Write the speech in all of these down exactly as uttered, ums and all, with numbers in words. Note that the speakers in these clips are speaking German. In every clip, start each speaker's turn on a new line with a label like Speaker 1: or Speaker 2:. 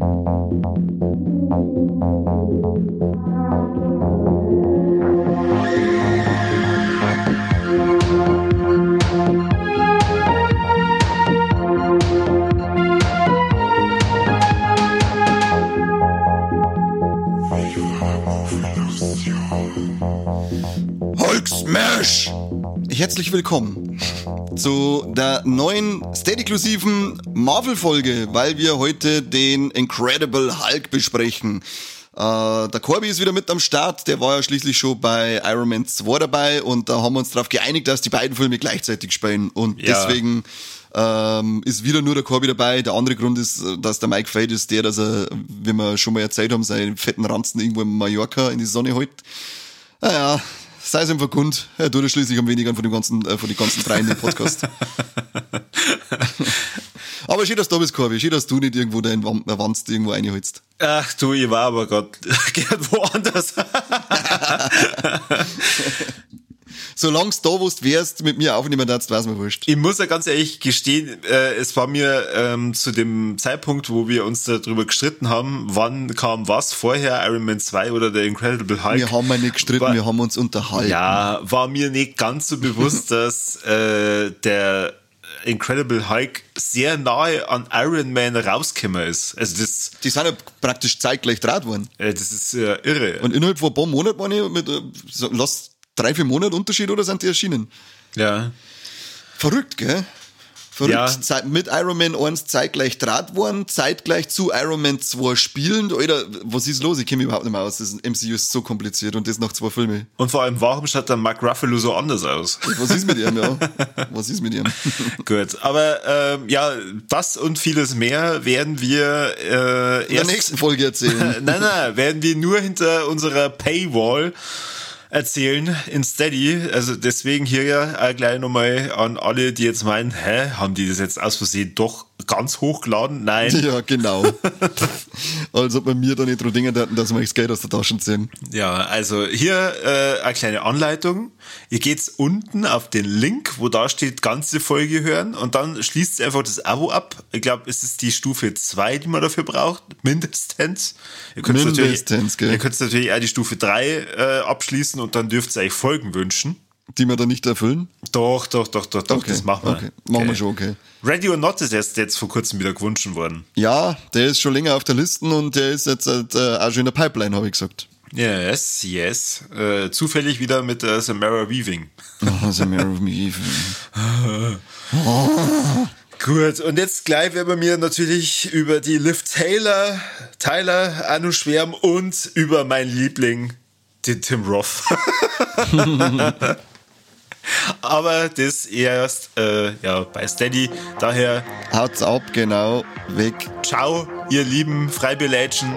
Speaker 1: Hulk Smash! Herzlich willkommen zu der neuen Steady-inklusiven Marvel-Folge, weil wir heute den Incredible Hulk besprechen. Äh, der Corby ist wieder mit am Start, der war ja schließlich schon bei Iron Man zwei dabei und da haben wir uns darauf geeinigt, dass die beiden Filme gleichzeitig spielen und ja. deswegen ähm, ist wieder nur der Corby dabei. Der andere Grund ist, dass der Mike Fade ist der, dass er, wie wir schon mal erzählt haben, seinen fetten Ranzen irgendwo in Mallorca in die Sonne hält. Naja, sei es ihm verkund, er tut es schließlich am wenigsten von dem ganzen, äh, von den ganzen dreien im Podcast. Aber schön, dass du da bist, Corby. Schön, dass du nicht irgendwo deinen Wanst irgendwo reinholst.
Speaker 2: Ach du, ich war aber gerade woanders.
Speaker 1: Solange du da wusst, wärst, mit mir aufnehmen darfst, weiß mir wurscht.
Speaker 2: Ich muss ja ganz ehrlich gestehen, äh, es war mir ähm, zu dem Zeitpunkt, wo wir uns darüber gestritten haben, wann kam was vorher, Iron Man zwei oder der Incredible Hulk.
Speaker 1: Wir haben ja nicht gestritten,
Speaker 2: war,
Speaker 1: wir haben uns unterhalten.
Speaker 2: Ja, war mir nicht ganz so bewusst, dass äh, der Incredible Hulk sehr nahe an Iron Man rausgekommen ist. Also das,
Speaker 1: die sind ja praktisch zeitgleich draht worden.
Speaker 2: Äh, das ist äh, irre.
Speaker 1: Und innerhalb von ein paar Monaten waren ich mit, äh, so, lass drei, vier Monate Unterschied oder sind die erschienen?
Speaker 2: Ja.
Speaker 1: Verrückt, gell? Verrückt.
Speaker 2: Ja.
Speaker 1: Zeit, mit Iron Man eins zeitgleich draht worden, zeitgleich zu Iron Man zwei spielend. Alter, was ist los? Ich kenne mich überhaupt nicht mehr aus. Das M C U ist so kompliziert und das nach zwei Filmen.
Speaker 2: Und vor allem, warum schaut der Mark Ruffalo so anders aus?
Speaker 1: Was ist mit ihm, ja? Was ist mit ihm?
Speaker 2: Gut, aber ähm, ja, das und vieles mehr werden wir äh,
Speaker 1: in der nächsten Folge erzählen.
Speaker 2: nein, nein, werden wir nur hinter unserer Paywall erzählen in Steady, also deswegen hier ja auch gleich nochmal an alle, die jetzt meinen, hä, haben die das jetzt aus Versehen doch ganz hochgeladen? Nein.
Speaker 1: Ja, genau. Als ob wir mir da nicht dran denken hätten, dass wir das Geld aus der Tasche ziehen.
Speaker 2: Ja, also hier äh, eine kleine Anleitung. Ihr geht's unten auf den Link, wo da steht, ganze Folge hören und dann schließt ihr einfach das Abo ab. Ich glaube, es ist die Stufe zwei, die man dafür braucht, mindestens. Ihr könnt
Speaker 1: mindestens,
Speaker 2: gell. Ihr könnt natürlich auch die Stufe drei äh, abschließen und dann dürft ihr euch Folgen wünschen.
Speaker 1: Die wir dann nicht erfüllen?
Speaker 2: Doch, doch, doch, doch, doch,
Speaker 1: okay,
Speaker 2: das machen wir.
Speaker 1: Okay. Machen
Speaker 2: okay.
Speaker 1: wir schon, okay.
Speaker 2: Ready or Not ist erst jetzt vor kurzem wieder gewünscht worden.
Speaker 1: Ja, der ist schon länger auf der Liste und der ist jetzt äh, auch schon in der Pipeline, habe ich gesagt.
Speaker 2: Yes, yes. Äh, zufällig wieder mit äh, Samara Weaving.
Speaker 1: Oh, Samara Weaving.
Speaker 2: oh. Gut, und jetzt gleich werden wir mir natürlich über die Liv Taylor, Tyler, Anu schwärmen und über meinen Liebling, den Tim Roth. Aber das erst äh, ja, bei Steady. Daher
Speaker 1: haut's ab, genau, weg.
Speaker 2: Ciao, ihr lieben Freibelätschen.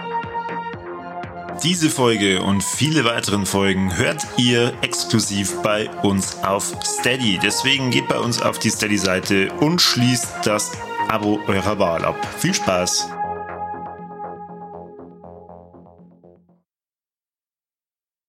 Speaker 2: Diese Folge und viele weiteren Folgen hört ihr exklusiv bei uns auf Steady. Deswegen geht bei uns auf die Steady-Seite und schließt das Abo eurer Wahl ab. Viel Spaß!